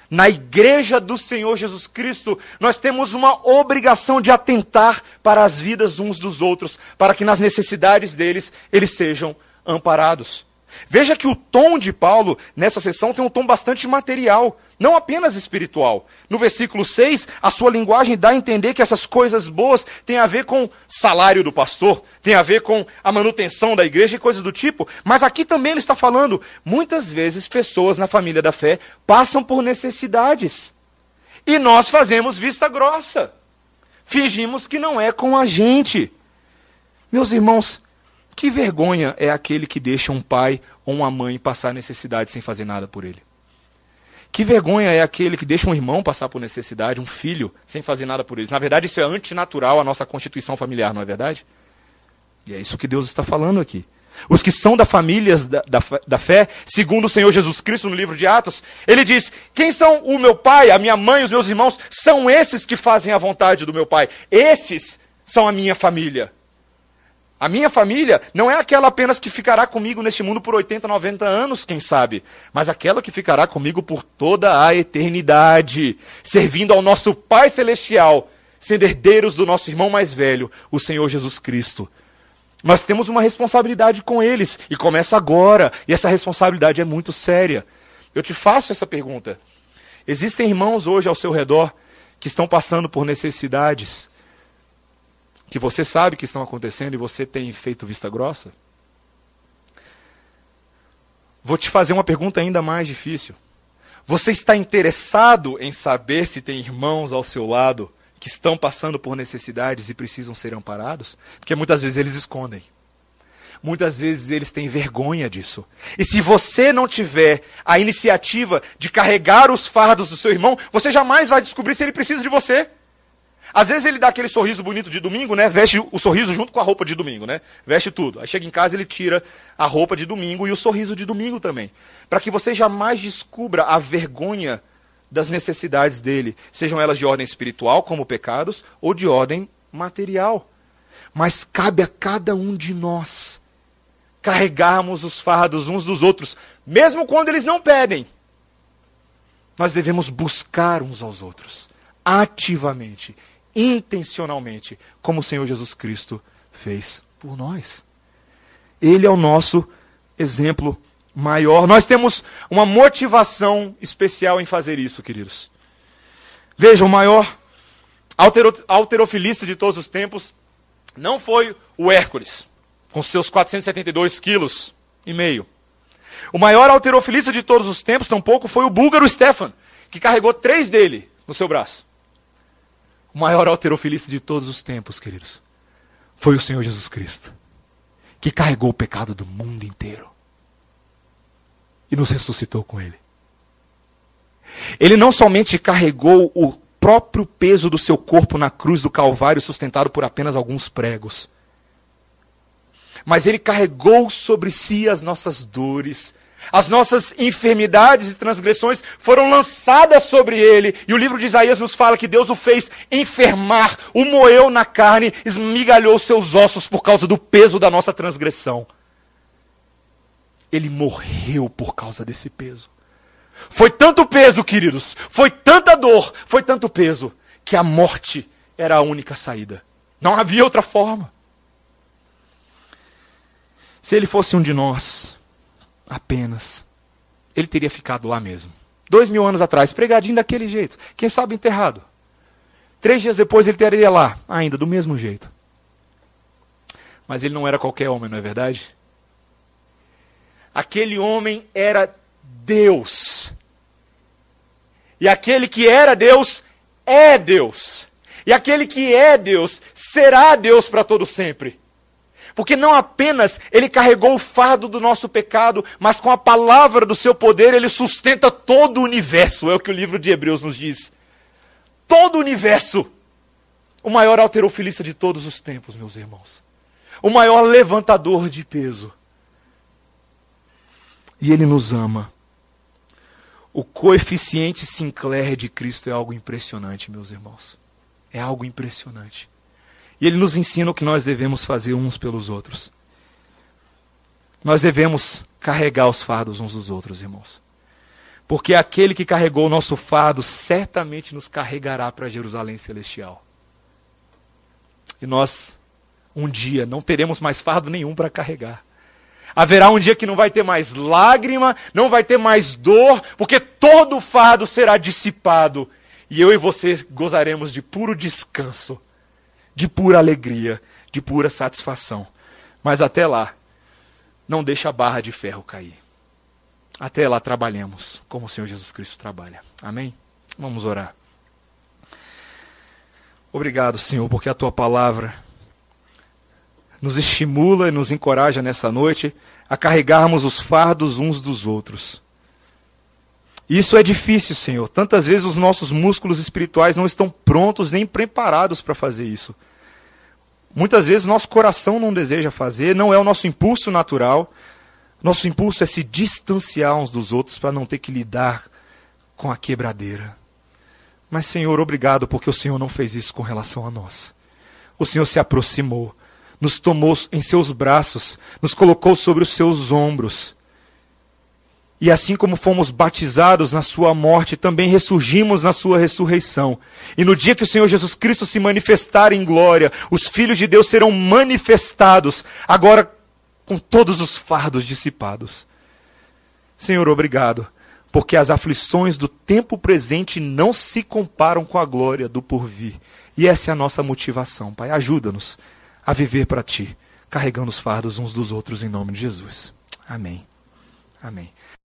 Speaker 1: Na igreja do Senhor Jesus Cristo, nós temos uma obrigação de atentar para as vidas uns dos outros, para que nas necessidades deles, eles sejam amparados. Veja que o tom de Paulo nessa sessão tem um tom bastante material, não apenas espiritual. No versículo 6, a sua linguagem dá a entender que essas coisas boas têm a ver com salário do pastor, tem a ver com a manutenção da igreja e coisas do tipo. Mas aqui também ele está falando, muitas vezes pessoas na família da fé passam por necessidades. E nós fazemos vista grossa. Fingimos que não é com a gente. Meus irmãos, que vergonha é aquele que deixa um pai ou uma mãe passar necessidade sem fazer nada por ele. Que vergonha é aquele que deixa um irmão passar por necessidade, um filho, sem fazer nada por ele. Na verdade, isso é antinatural à nossa constituição familiar, não é verdade? E é isso que Deus está falando aqui. Os que são da família da fé, segundo o Senhor Jesus Cristo no livro de Atos, ele diz, quem são o meu pai, a minha mãe, os meus irmãos? São esses que fazem a vontade do meu pai. Esses são a minha família. A minha família não é aquela apenas que ficará comigo neste mundo por 80, 90 anos, quem sabe, mas aquela que ficará comigo por toda a eternidade, servindo ao nosso Pai Celestial, sendo herdeiros do nosso irmão mais velho, o Senhor Jesus Cristo. Nós temos uma responsabilidade com eles, e começa agora, e essa responsabilidade é muito séria. Eu te faço essa pergunta. Existem irmãos hoje ao seu redor que estão passando por necessidades, que você sabe que estão acontecendo e você tem feito vista grossa? Vou te fazer uma pergunta ainda mais difícil. Você está interessado em saber se tem irmãos ao seu lado que estão passando por necessidades e precisam ser amparados? Porque muitas vezes eles escondem. Muitas vezes eles têm vergonha disso. E se você não tiver a iniciativa de carregar os fardos do seu irmão, você jamais vai descobrir se ele precisa de você. Às vezes ele dá aquele sorriso bonito de domingo, né? Veste o sorriso junto com a roupa de domingo, né? Veste tudo. Aí chega em casa, ele tira a roupa de domingo e o sorriso de domingo também. Para que você jamais descubra a vergonha das necessidades dele. Sejam elas de ordem espiritual, como pecados, ou de ordem material. Mas cabe a cada um de nós carregarmos os fardos uns dos outros, mesmo quando eles não pedem. Nós devemos buscar uns aos outros, ativamente, intencionalmente, como o Senhor Jesus Cristo fez por nós. Ele é o nosso exemplo maior. Nós temos uma motivação especial em fazer isso, queridos. Veja, o maior halterofilista de todos os tempos não foi o Hércules, com seus 472 quilos e meio. O maior halterofilista de todos os tempos, tampouco, foi o búlgaro Stefan, que carregou 3 dele no seu braço. O maior halterofilista de todos os tempos, queridos, foi o Senhor Jesus Cristo, que carregou o pecado do mundo inteiro e nos ressuscitou com ele. Ele não somente carregou o próprio peso do seu corpo na cruz do Calvário, sustentado por apenas alguns pregos, mas ele carregou sobre si as nossas dores. As nossas enfermidades e transgressões foram lançadas sobre ele. E o livro de Isaías nos fala que Deus o fez enfermar, o moeu na carne, esmigalhou seus ossos por causa do peso da nossa transgressão. Ele morreu por causa desse peso. Foi tanto peso, queridos, foi tanta dor, foi tanto peso, que a morte era a única saída. Não havia outra forma. Se ele fosse um de nós, apenas, ele teria ficado lá mesmo. 2000 anos atrás, pregadinho daquele jeito. Quem sabe enterrado. 3 dias depois ele estaria lá, ainda do mesmo jeito. Mas ele não era qualquer homem, não é verdade? Aquele homem era Deus. E aquele que era Deus, é Deus. E aquele que é Deus, será Deus para todo sempre. Porque não apenas ele carregou o fardo do nosso pecado, mas com a palavra do seu poder ele sustenta todo o universo. É o que o livro de Hebreus nos diz. Todo o universo. O maior halterofilista de todos os tempos, meus irmãos. O maior levantador de peso. E ele nos ama. O coeficiente Sinclair de Cristo é algo impressionante, meus irmãos. É algo impressionante. E ele nos ensina o que nós devemos fazer uns pelos outros. Nós devemos carregar os fardos uns dos outros, irmãos. Porque aquele que carregou o nosso fardo certamente nos carregará para Jerusalém celestial. E nós, um dia, não teremos mais fardo nenhum para carregar. Haverá um dia que não vai ter mais lágrima, não vai ter mais dor, porque todo o fardo será dissipado. E eu e você gozaremos de puro descanso, de pura alegria, de pura satisfação. Mas até lá, não deixe a barra de ferro cair. Até lá trabalhemos como o Senhor Jesus Cristo trabalha. Amém? Vamos orar. Obrigado, Senhor, porque a Tua palavra nos estimula e nos encoraja nessa noite a carregarmos os fardos uns dos outros. Isso é difícil, Senhor. Tantas vezes os nossos músculos espirituais não estão prontos nem preparados para fazer isso. Muitas vezes o nosso coração não deseja fazer, não é o nosso impulso natural. Nosso impulso é se distanciar uns dos outros para não ter que lidar com a quebradeira. Mas, Senhor, obrigado porque o Senhor não fez isso com relação a nós. O Senhor se aproximou, nos tomou em seus braços, nos colocou sobre os seus ombros. E assim como fomos batizados na sua morte, também ressurgimos na sua ressurreição. E no dia que o Senhor Jesus Cristo se manifestar em glória, os filhos de Deus serão manifestados, agora com todos os fardos dissipados. Senhor, obrigado, porque as aflições do tempo presente não se comparam com a glória do porvir. E essa é a nossa motivação, Pai. Ajuda-nos a viver para Ti, carregando os fardos uns dos outros em nome de Jesus. Amém. Amém.